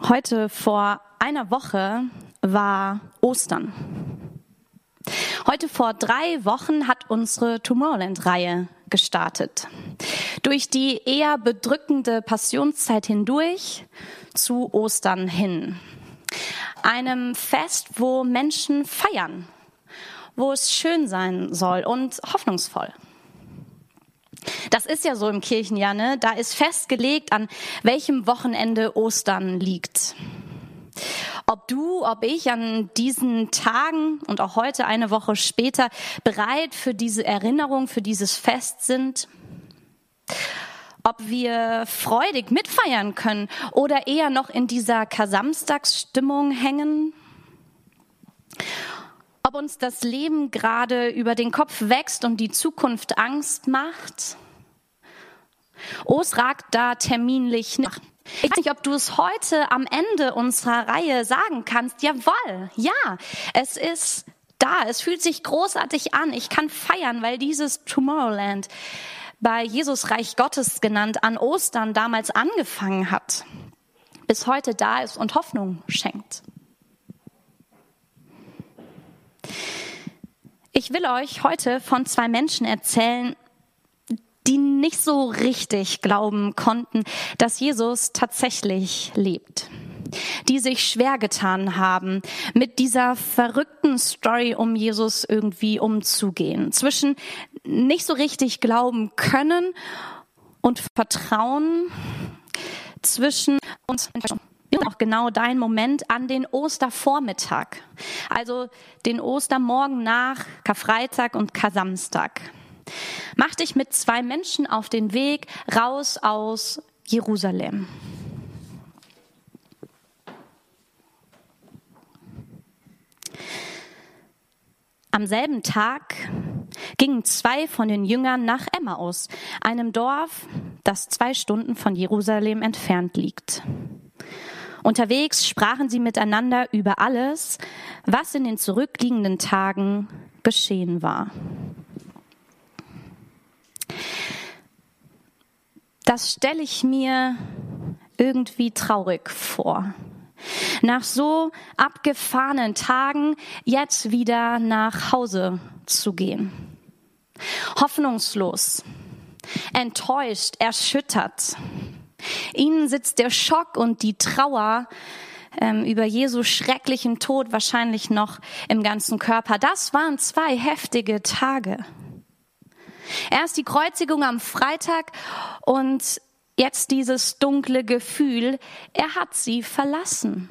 Heute vor einer Woche war Ostern. Heute vor 3 Wochen hat unsere Tomorrowland-Reihe gestartet. Durch die eher bedrückende Passionszeit hindurch zu Ostern hin. Einem Fest, wo Menschen feiern, wo es schön sein soll und hoffnungsvoll. Das ist ja so im Kirchenjahr, ne? Da ist festgelegt, an welchem Wochenende Ostern liegt. Ob du, ob ich an diesen Tagen und auch heute eine Woche später bereit für diese Erinnerung, für dieses Fest sind. Ob wir freudig mitfeiern können oder eher noch in dieser Kar-Samstags-Stimmung hängen. Ob uns das Leben gerade über den Kopf wächst und die Zukunft Angst macht. Es ragt da terminlich nach. Ich weiß nicht, ob du es heute am Ende unserer Reihe sagen kannst. Jawohl, ja, es ist da. Es fühlt sich großartig an. Ich kann feiern, weil dieses Tomorrowland, bei Jesus Reich Gottes genannt, an Ostern damals angefangen hat, bis heute da ist und Hoffnung schenkt. Ich will euch heute von 2 Menschen erzählen, die nicht so richtig glauben konnten, dass Jesus tatsächlich lebt. Die sich schwer getan haben, mit dieser verrückten Story um Jesus irgendwie umzugehen. Zwischen nicht so richtig glauben können und Vertrauen, zwischen uns auch genau dein Moment an den Ostervormittag, also den Ostermorgen nach Karfreitag und Kar-Samstag. Mach dich mit 2 Menschen auf den Weg raus aus Jerusalem. Am selben Tag gingen 2 von den Jüngern nach Emmaus, einem Dorf, das 2 Stunden von Jerusalem entfernt liegt. Unterwegs sprachen sie miteinander über alles, was in den zurückliegenden Tagen geschehen war. Das stelle ich mir irgendwie traurig vor. Nach so abgefahrenen Tagen jetzt wieder nach Hause zu gehen. Hoffnungslos, enttäuscht, erschüttert. Ihnen sitzt der Schock und die Trauer über Jesu schrecklichen Tod wahrscheinlich noch im ganzen Körper. Das waren 2 heftige Tage. Erst die Kreuzigung am Freitag und jetzt dieses dunkle Gefühl, er hat sie verlassen.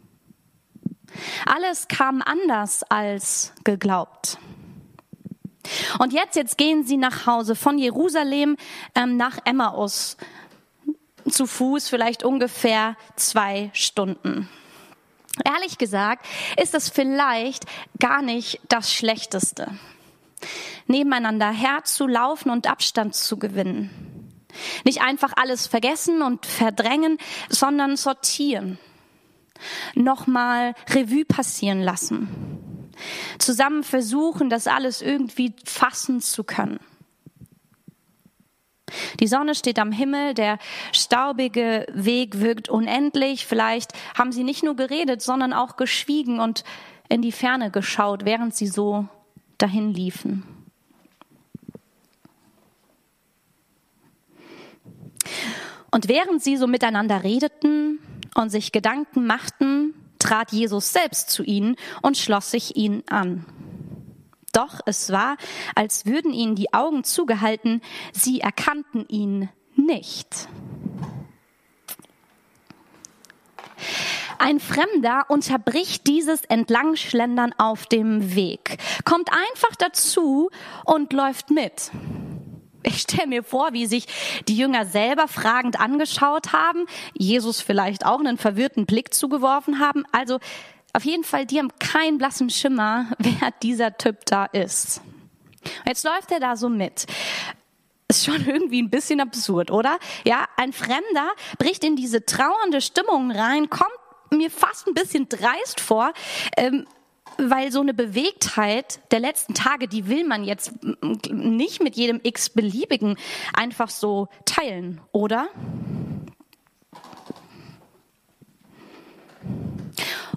Alles kam anders als geglaubt. Und jetzt gehen sie nach Hause von Jerusalem nach Emmaus. Zu Fuß vielleicht ungefähr 2 Stunden. Ehrlich gesagt ist es vielleicht gar nicht das Schlechteste, nebeneinander herzulaufen und Abstand zu gewinnen. Nicht einfach alles vergessen und verdrängen, sondern sortieren. Nochmal Revue passieren lassen. Zusammen versuchen, das alles irgendwie fassen zu können. Die Sonne steht am Himmel, der staubige Weg wirkt unendlich. Vielleicht haben sie nicht nur geredet, sondern auch geschwiegen und in die Ferne geschaut, während sie so dahin liefen. Und während sie so miteinander redeten und sich Gedanken machten, trat Jesus selbst zu ihnen und schloss sich ihnen an. Doch es war, als würden ihnen die Augen zugehalten, sie erkannten ihn nicht. Ein Fremder unterbricht dieses Entlangschlendern auf dem Weg, kommt einfach dazu und läuft mit. Ich stelle mir vor, wie sich die Jünger selber fragend angeschaut haben, Jesus vielleicht auch einen verwirrten Blick zugeworfen haben. Also auf jeden Fall, die haben keinen blassen Schimmer, wer dieser Typ da ist. Und jetzt läuft er da so mit. Ist schon irgendwie ein bisschen absurd, oder? Ja, ein Fremder bricht in diese trauernde Stimmung rein, kommt mir fast ein bisschen dreist vor, weil so eine Bewegtheit der letzten Tage, die will man jetzt nicht mit jedem x-beliebigen einfach so teilen, oder?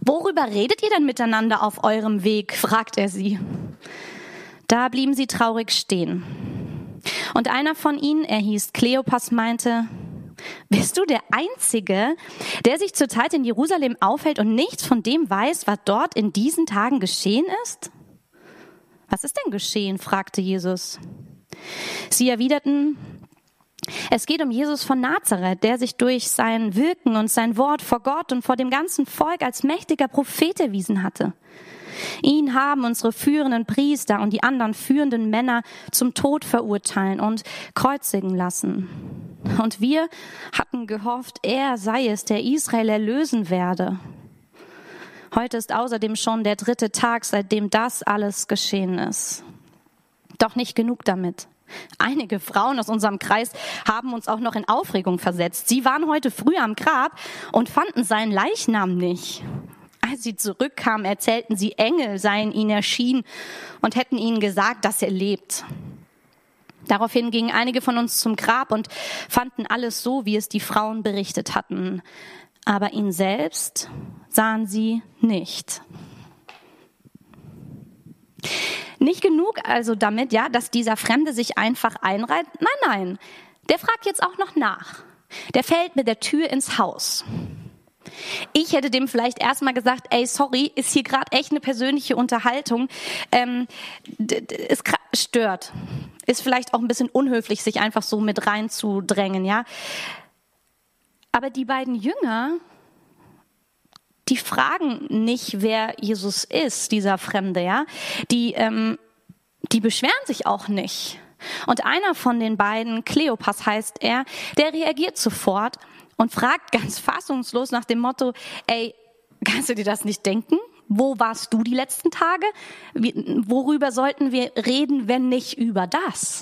Worüber redet ihr denn miteinander auf eurem Weg? Fragt er sie. Da blieben sie traurig stehen. Und einer von ihnen, er hieß Kleopas, meinte: Bist du der Einzige, der sich zurzeit in Jerusalem aufhält und nichts von dem weiß, was dort in diesen Tagen geschehen ist? Was ist denn geschehen? Fragte Jesus. Sie erwiderten: Es geht um Jesus von Nazareth, der sich durch sein Wirken und sein Wort vor Gott und vor dem ganzen Volk als mächtiger Prophet erwiesen hatte. Ihn haben unsere führenden Priester und die anderen führenden Männer zum Tod verurteilen und kreuzigen lassen. Und wir hatten gehofft, er sei es, der Israel erlösen werde. Heute ist außerdem schon der 3. Tag, seitdem das alles geschehen ist. Doch nicht genug damit. Einige Frauen aus unserem Kreis haben uns auch noch in Aufregung versetzt. Sie waren heute früh am Grab und fanden seinen Leichnam nicht. Als sie zurückkamen, erzählten sie, Engel seien ihnen erschienen und hätten ihnen gesagt, dass er lebt. Daraufhin gingen einige von uns zum Grab und fanden alles so, wie es die Frauen berichtet hatten. Aber ihn selbst sahen sie nicht. Nicht genug also damit, ja, dass dieser Fremde sich einfach einreiht. Nein, der fragt jetzt auch noch nach. Der fällt mit der Tür ins Haus. Ich hätte dem vielleicht erstmal gesagt, ey, sorry, ist hier gerade echt eine persönliche Unterhaltung. Es stört. Ist vielleicht auch ein bisschen unhöflich, sich einfach so mit reinzudrängen, ja. Aber die beiden Jünger, die fragen nicht, wer Jesus ist, dieser Fremde, ja. Die beschweren sich auch nicht. Und einer von den beiden, Kleopas heißt er, der reagiert sofort und fragt ganz fassungslos nach dem Motto, ey, kannst du dir das nicht denken? Wo warst du die letzten Tage? Worüber sollten wir reden, wenn nicht über das?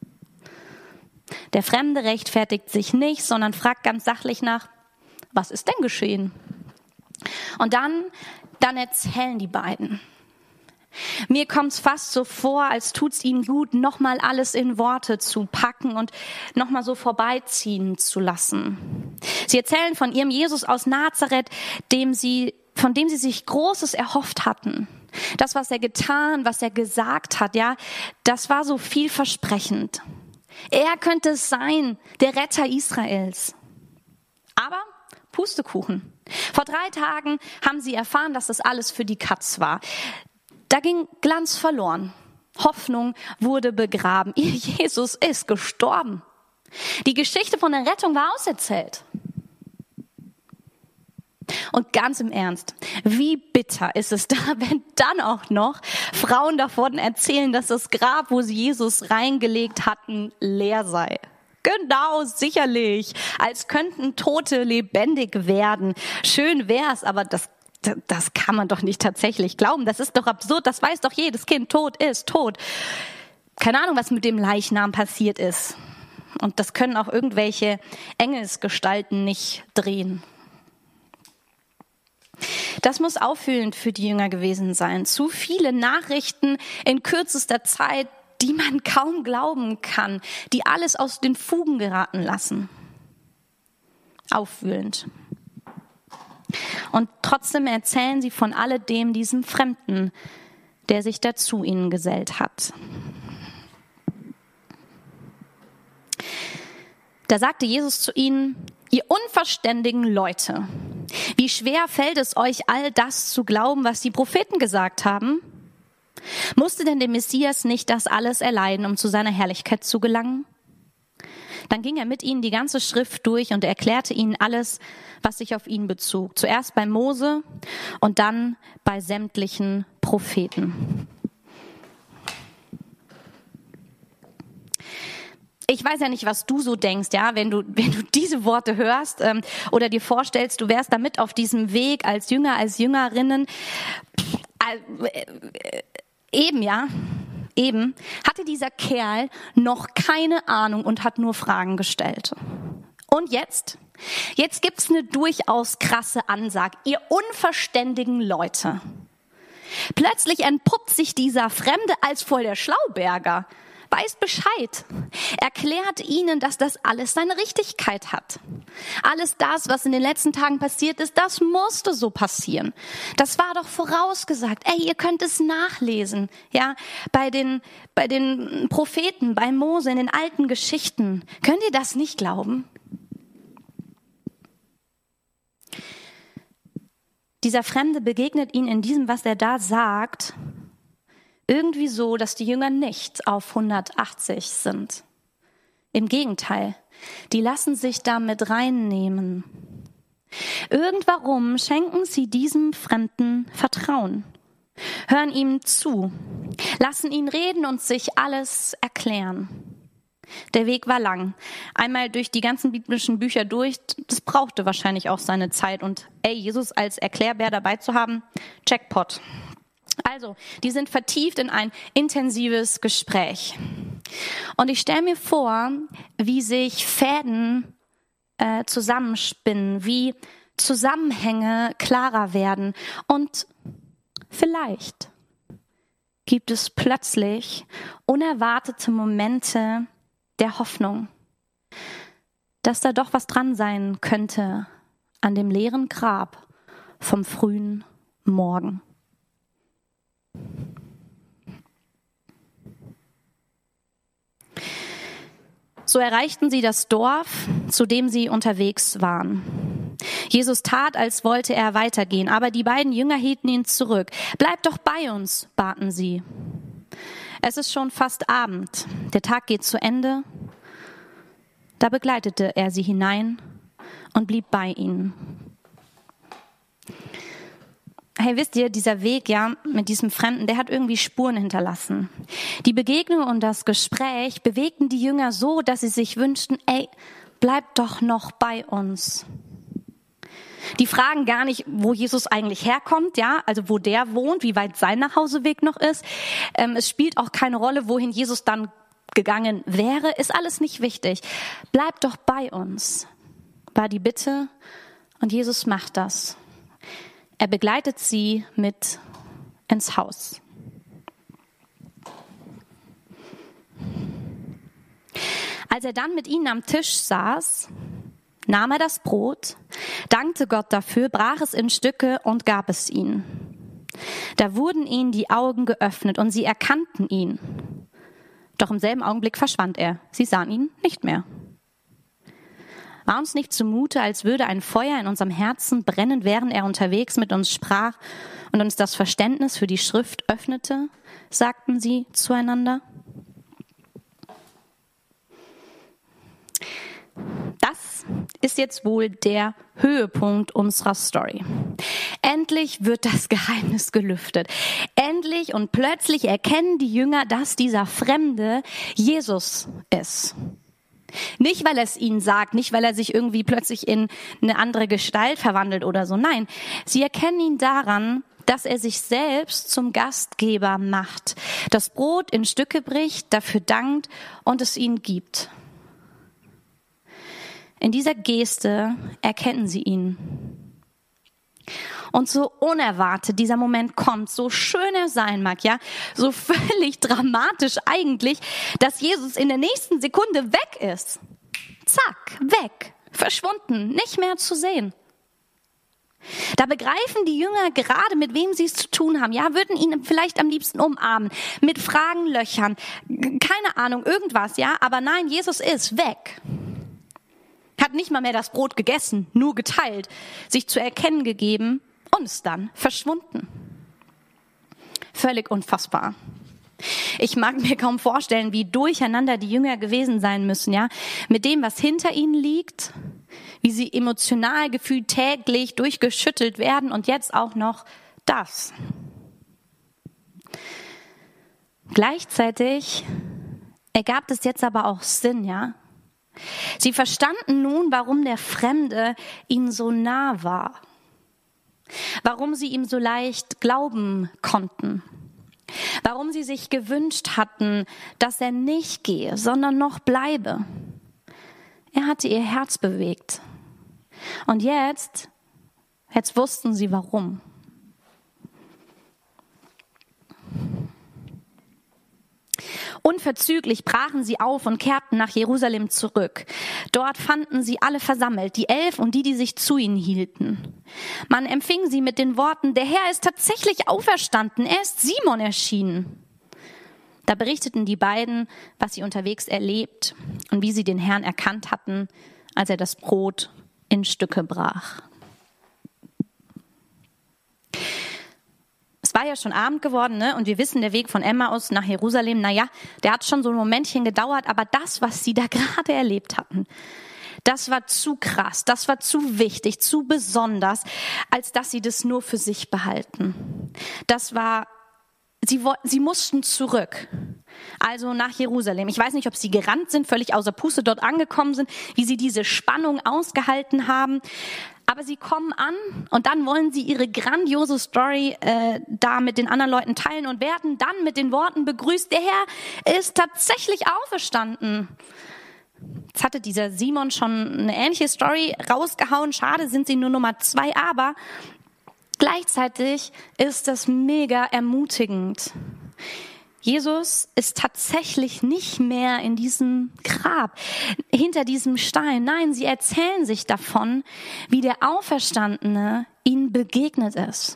Der Fremde rechtfertigt sich nicht, sondern fragt ganz sachlich nach, was ist denn geschehen? Und dann erzählen die beiden. Mir kommt's fast so vor, als tut's ihnen gut, nochmal alles in Worte zu packen und nochmal so vorbeiziehen zu lassen. Sie erzählen von ihrem Jesus aus Nazareth, von dem sie sich Großes erhofft hatten. Das, was er getan, was er gesagt hat, ja, das war so vielversprechend. Er könnte es sein, der Retter Israels. Aber Pustekuchen. Vor 3 Tagen haben sie erfahren, dass das alles für die Katz war. Da ging Glanz verloren. Hoffnung wurde begraben. Ihr Jesus ist gestorben. Die Geschichte von der Rettung war auserzählt. Und ganz im Ernst, wie bitter ist es da, wenn dann auch noch Frauen davon erzählen, dass das Grab, wo sie Jesus reingelegt hatten, leer sei. Genau, sicherlich. Als könnten Tote lebendig werden. Schön wär's, aber das kann man doch nicht tatsächlich glauben. Das ist doch absurd. Das weiß doch jedes Kind. Tot ist tot. Keine Ahnung, was mit dem Leichnam passiert ist. Und das können auch irgendwelche Engelsgestalten nicht drehen. Das muss aufwühlend für die Jünger gewesen sein. Zu viele Nachrichten in kürzester Zeit, die man kaum glauben kann, die alles aus den Fugen geraten lassen. Aufwühlend. Und trotzdem erzählen sie von alledem diesem Fremden, der sich dazu ihnen gesellt hat. Da sagte Jesus zu ihnen: Ihr unverständigen Leute, wie schwer fällt es euch, all das zu glauben, was die Propheten gesagt haben? Musste denn der Messias nicht das alles erleiden, um zu seiner Herrlichkeit zu gelangen? Dann ging er mit ihnen die ganze Schrift durch und erklärte ihnen alles, was sich auf ihn bezog. Zuerst bei Mose und dann bei sämtlichen Propheten. Ich weiß ja nicht, was du so denkst, ja, wenn du diese Worte hörst oder dir vorstellst, du wärst da mit auf diesem Weg als Jünger, als Jüngerinnen. Eben hatte dieser Kerl noch keine Ahnung und hat nur Fragen gestellt. Und jetzt gibt's eine durchaus krasse Ansage. Ihr unverständigen Leute. Plötzlich entpuppt sich dieser Fremde als voll der Schlauberger. weiß Bescheid, erklärt ihnen, dass das alles seine Richtigkeit hat. Alles das, was in den letzten Tagen passiert ist, das musste so passieren. Das war doch vorausgesagt. Ey, ihr könnt es nachlesen, ja, bei den Propheten, bei Mose, in den alten Geschichten. Könnt ihr das nicht glauben? Dieser Fremde begegnet ihnen in diesem, was er da sagt, irgendwie so, dass die Jünger nicht auf 180 sind. Im Gegenteil, die lassen sich da mit reinnehmen. Irgendwarum schenken sie diesem Fremden Vertrauen, hören ihm zu, lassen ihn reden und sich alles erklären. Der Weg war lang. Einmal durch die ganzen biblischen Bücher durch, das brauchte wahrscheinlich auch seine Zeit. Und Jesus als Erklärbär dabei zu haben, Jackpot. Also, die sind vertieft in ein intensives Gespräch. Und ich stelle mir vor, wie sich Fäden zusammenspinnen, wie Zusammenhänge klarer werden. Und vielleicht gibt es plötzlich unerwartete Momente der Hoffnung, dass da doch was dran sein könnte an dem leeren Grab vom frühen Morgen. So erreichten sie das Dorf, zu dem sie unterwegs waren. Jesus tat, als wollte er weitergehen, aber die beiden Jünger hielten ihn zurück. Bleib doch bei uns, baten sie. Es ist schon fast Abend. Der Tag geht zu Ende. Da begleitete er sie hinein und blieb bei ihnen. Hey, wisst ihr, dieser Weg, ja, mit diesem Fremden, der hat irgendwie Spuren hinterlassen. Die Begegnung und das Gespräch bewegten die Jünger so, dass sie sich wünschten, ey, bleib doch noch bei uns. Die fragen gar nicht, wo Jesus eigentlich herkommt, ja, also wo der wohnt, wie weit sein Nachhauseweg noch ist. Es spielt auch keine Rolle, wohin Jesus dann gegangen wäre, ist alles nicht wichtig. Bleib doch bei uns, war die Bitte, und Jesus macht das. Er begleitet sie mit ins Haus. Als er dann mit ihnen am Tisch saß, nahm er das Brot, dankte Gott dafür, brach es in Stücke und gab es ihnen. Da wurden ihnen die Augen geöffnet und sie erkannten ihn. Doch im selben Augenblick verschwand er. Sie sahen ihn nicht mehr. War uns nicht zumute, als würde ein Feuer in unserem Herzen brennen, während er unterwegs mit uns sprach und uns das Verständnis für die Schrift öffnete, sagten sie zueinander. Das ist jetzt wohl der Höhepunkt unserer Story. Endlich wird das Geheimnis gelüftet. Endlich und plötzlich erkennen die Jünger, dass dieser Fremde Jesus ist. Nicht, weil er es ihnen sagt, nicht, weil er sich irgendwie plötzlich in eine andere Gestalt verwandelt oder so. Nein, sie erkennen ihn daran, dass er sich selbst zum Gastgeber macht, das Brot in Stücke bricht, dafür dankt und es ihnen gibt. In dieser Geste erkennen sie ihn. Und so unerwartet dieser Moment kommt, so schön er sein mag, ja, so völlig dramatisch eigentlich, dass Jesus in der nächsten Sekunde weg ist. Zack, weg, verschwunden, nicht mehr zu sehen. Da begreifen die Jünger gerade, mit wem sie es zu tun haben. Ja, würden ihn vielleicht am liebsten umarmen, mit Fragen löchern, keine Ahnung, irgendwas, ja, aber nein, Jesus ist weg. Hat nicht mal mehr das Brot gegessen, nur geteilt, sich zu erkennen gegeben und ist dann verschwunden. Völlig unfassbar. Ich mag mir kaum vorstellen, wie durcheinander die Jünger gewesen sein müssen, ja, mit dem, was hinter ihnen liegt, wie sie emotional gefühlt täglich durchgeschüttelt werden und jetzt auch noch das. Gleichzeitig ergab es jetzt aber auch Sinn, ja. Sie verstanden nun, warum der Fremde ihnen so nah war, warum sie ihm so leicht glauben konnten, warum sie sich gewünscht hatten, dass er nicht gehe, sondern noch bleibe. Er hatte ihr Herz bewegt. Und jetzt wussten sie warum. Unverzüglich brachen sie auf und kehrten nach Jerusalem zurück. Dort fanden sie alle versammelt, die 11 und die sich zu ihnen hielten. Man empfing sie mit den Worten: Der Herr ist tatsächlich auferstanden, er ist Simon erschienen. Da berichteten die beiden, was sie unterwegs erlebt und wie sie den Herrn erkannt hatten, als er das Brot in Stücke brach. Es war ja schon Abend geworden, ne? Und wir wissen, der Weg von Emmaus nach Jerusalem, der hat schon so ein Momentchen gedauert, aber das, was sie da gerade erlebt hatten, das war zu krass, das war zu wichtig, zu besonders, als dass sie das nur für sich behalten. Sie mussten zurück, also nach Jerusalem. Ich weiß nicht, ob sie gerannt sind, völlig außer Puste dort angekommen sind, wie sie diese Spannung ausgehalten haben. Aber sie kommen an und dann wollen sie ihre grandiose Story da mit den anderen Leuten teilen und werden dann mit den Worten begrüßt: Der Herr ist tatsächlich auferstanden. Jetzt hatte dieser Simon schon eine ähnliche Story rausgehauen. Schade, sind sie nur Nummer 2, aber gleichzeitig ist das mega ermutigend. Jesus ist tatsächlich nicht mehr in diesem Grab, hinter diesem Stein. Nein, sie erzählen sich davon, wie der Auferstandene ihnen begegnet ist.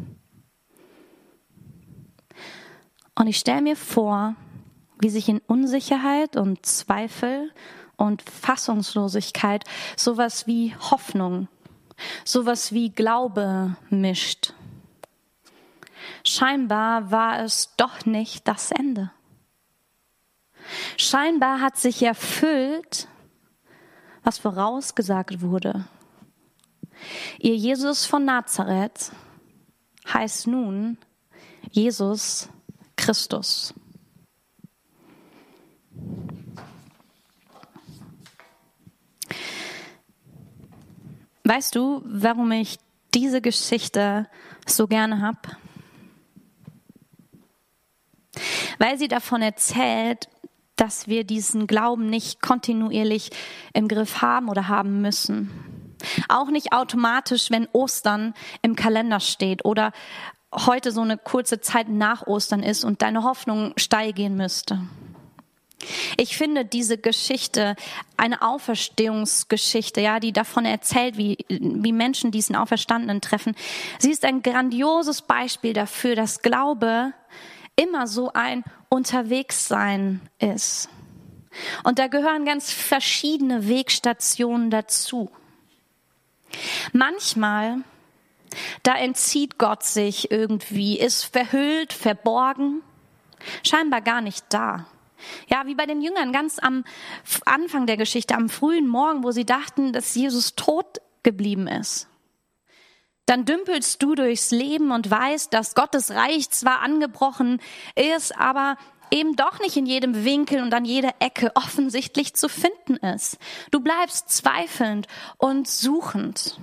Und ich stelle mir vor, wie sich in Unsicherheit und Zweifel und Fassungslosigkeit sowas wie Hoffnung, sowas wie Glaube mischt. Scheinbar war es doch nicht das Ende. Scheinbar hat sich erfüllt, was vorausgesagt wurde. Ihr Jesus von Nazareth heißt nun Jesus Christus. Weißt du, warum ich diese Geschichte so gerne habe? Weil sie davon erzählt, dass wir diesen Glauben nicht kontinuierlich im Griff haben oder haben müssen. Auch nicht automatisch, wenn Ostern im Kalender steht oder heute so eine kurze Zeit nach Ostern ist und deine Hoffnung steil gehen müsste. Ich finde diese Geschichte eine Auferstehungsgeschichte, ja, die davon erzählt, wie Menschen diesen Auferstandenen treffen. Sie ist ein grandioses Beispiel dafür, dass Glaube immer so ein Unterwegssein ist. Und da gehören ganz verschiedene Wegstationen dazu. Manchmal, da entzieht Gott sich irgendwie, ist verhüllt, verborgen, scheinbar gar nicht da. Ja, wie bei den Jüngern ganz am Anfang der Geschichte, am frühen Morgen, wo sie dachten, dass Jesus tot geblieben ist. Dann dümpelst du durchs Leben und weißt, dass Gottes Reich zwar angebrochen ist, aber eben doch nicht in jedem Winkel und an jeder Ecke offensichtlich zu finden ist. Du bleibst zweifelnd und suchend.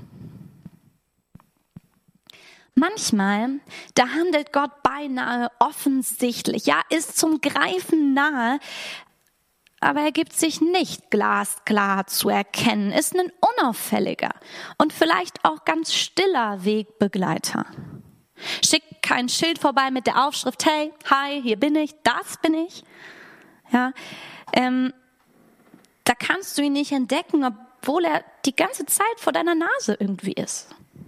Manchmal, da handelt Gott beinahe offensichtlich, ja, ist zum Greifen nahe, aber er gibt sich nicht glasklar zu erkennen, ist ein unauffälliger und vielleicht auch ganz stiller Wegbegleiter. Schickt kein Schild vorbei mit der Aufschrift: Hey, hi, hier bin ich, das bin ich. Ja, da kannst du ihn nicht entdecken, obwohl er die ganze Zeit vor deiner Nase irgendwie ist.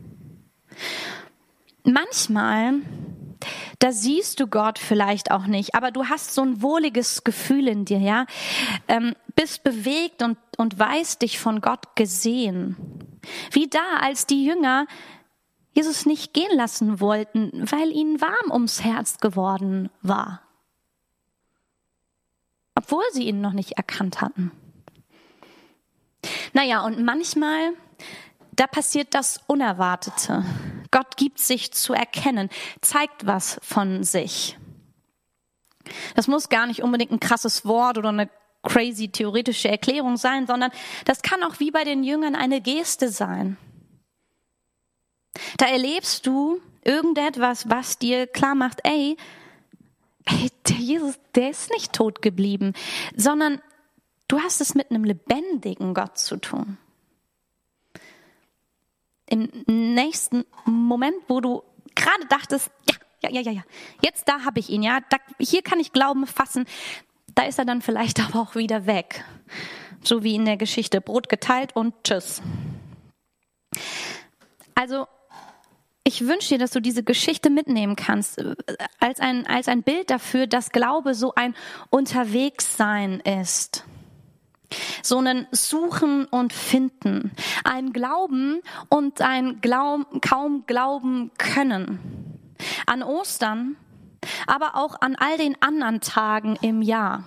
Manchmal, da siehst du Gott vielleicht auch nicht, aber du hast so ein wohliges Gefühl in dir, ja, bist bewegt und weißt dich von Gott gesehen. Wie da, als die Jünger Jesus nicht gehen lassen wollten, weil ihnen warm ums Herz geworden war. Obwohl sie ihn noch nicht erkannt hatten. Naja, und manchmal, da passiert das Unerwartete. Gott gibt sich zu erkennen, zeigt was von sich. Das muss gar nicht unbedingt ein krasses Wort oder eine crazy theoretische Erklärung sein, sondern das kann auch wie bei den Jüngern eine Geste sein. Da erlebst du irgendetwas, was dir klar macht, ey, der Jesus, der ist nicht tot geblieben, sondern du hast es mit einem lebendigen Gott zu tun. Im nächsten Moment, wo du gerade dachtest, ja, jetzt da habe ich ihn, ja, hier kann ich Glauben fassen, da ist er dann vielleicht aber auch wieder weg. So wie in der Geschichte, Brot geteilt und tschüss. Also, ich wünsche dir, dass du diese Geschichte mitnehmen kannst, als ein Bild dafür, dass Glaube so ein Unterwegssein ist. So ein Suchen und Finden. Ein Glauben und ein kaum glauben können. An Ostern, aber auch an all den anderen Tagen im Jahr.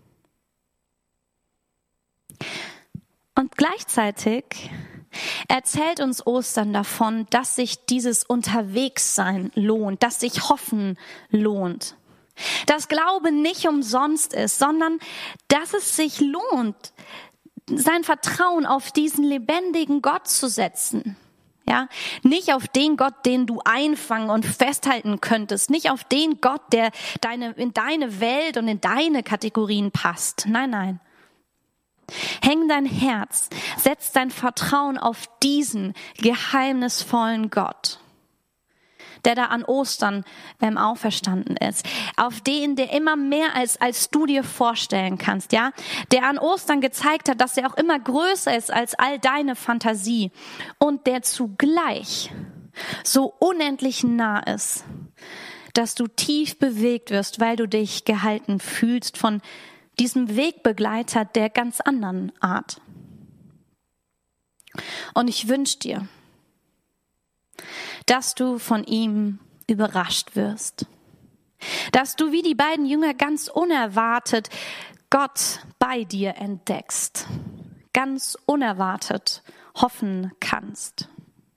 Und gleichzeitig erzählt uns Ostern davon, dass sich dieses Unterwegssein lohnt, dass sich Hoffen lohnt. Dass Glaube nicht umsonst ist, sondern dass es sich lohnt, sein Vertrauen auf diesen lebendigen Gott zu setzen. Ja, nicht auf den Gott, den du einfangen und festhalten könntest, nicht auf den Gott, der in deine Welt und in deine Kategorien passt. Nein, nein. Häng dein Herz, setz dein Vertrauen auf diesen geheimnisvollen Gott, der da an Ostern auferstanden ist, auf den, der immer mehr als du dir vorstellen kannst, ja, der an Ostern gezeigt hat, dass er auch immer größer ist als all deine Fantasie und der zugleich so unendlich nah ist, dass du tief bewegt wirst, weil du dich gehalten fühlst von diesem Wegbegleiter der ganz anderen Art. Und ich wünsche dir, dass du von ihm überrascht wirst. Dass du wie die beiden Jünger ganz unerwartet Gott bei dir entdeckst. Ganz unerwartet hoffen kannst.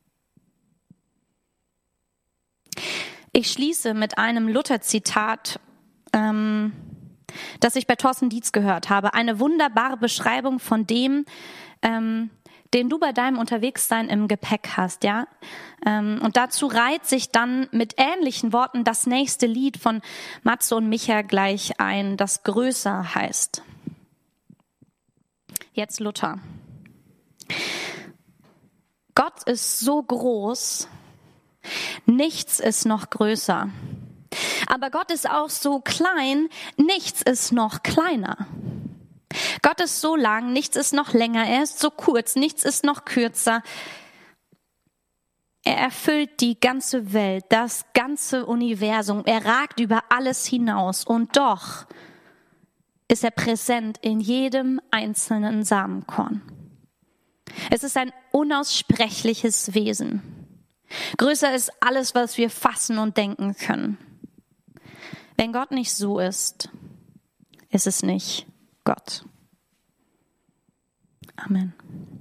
Ich schließe mit einem Luther-Zitat, das ich bei Thorsten Dietz gehört habe. Eine wunderbare Beschreibung von dem, den du bei deinem Unterwegssein im Gepäck hast, ja. Und dazu reiht sich dann mit ähnlichen Worten das nächste Lied von Matze und Micha gleich ein, das größer heißt. Jetzt Luther. Gott ist so groß, nichts ist noch größer. Aber Gott ist auch so klein, nichts ist noch kleiner. Gott ist so lang, nichts ist noch länger. Er ist so kurz, nichts ist noch kürzer. Er erfüllt die ganze Welt, das ganze Universum. Er ragt über alles hinaus. Und doch ist er präsent in jedem einzelnen Samenkorn. Es ist ein unaussprechliches Wesen. Größer ist alles, was wir fassen und denken können. Wenn Gott nicht so ist, ist es nicht Gott. Amen.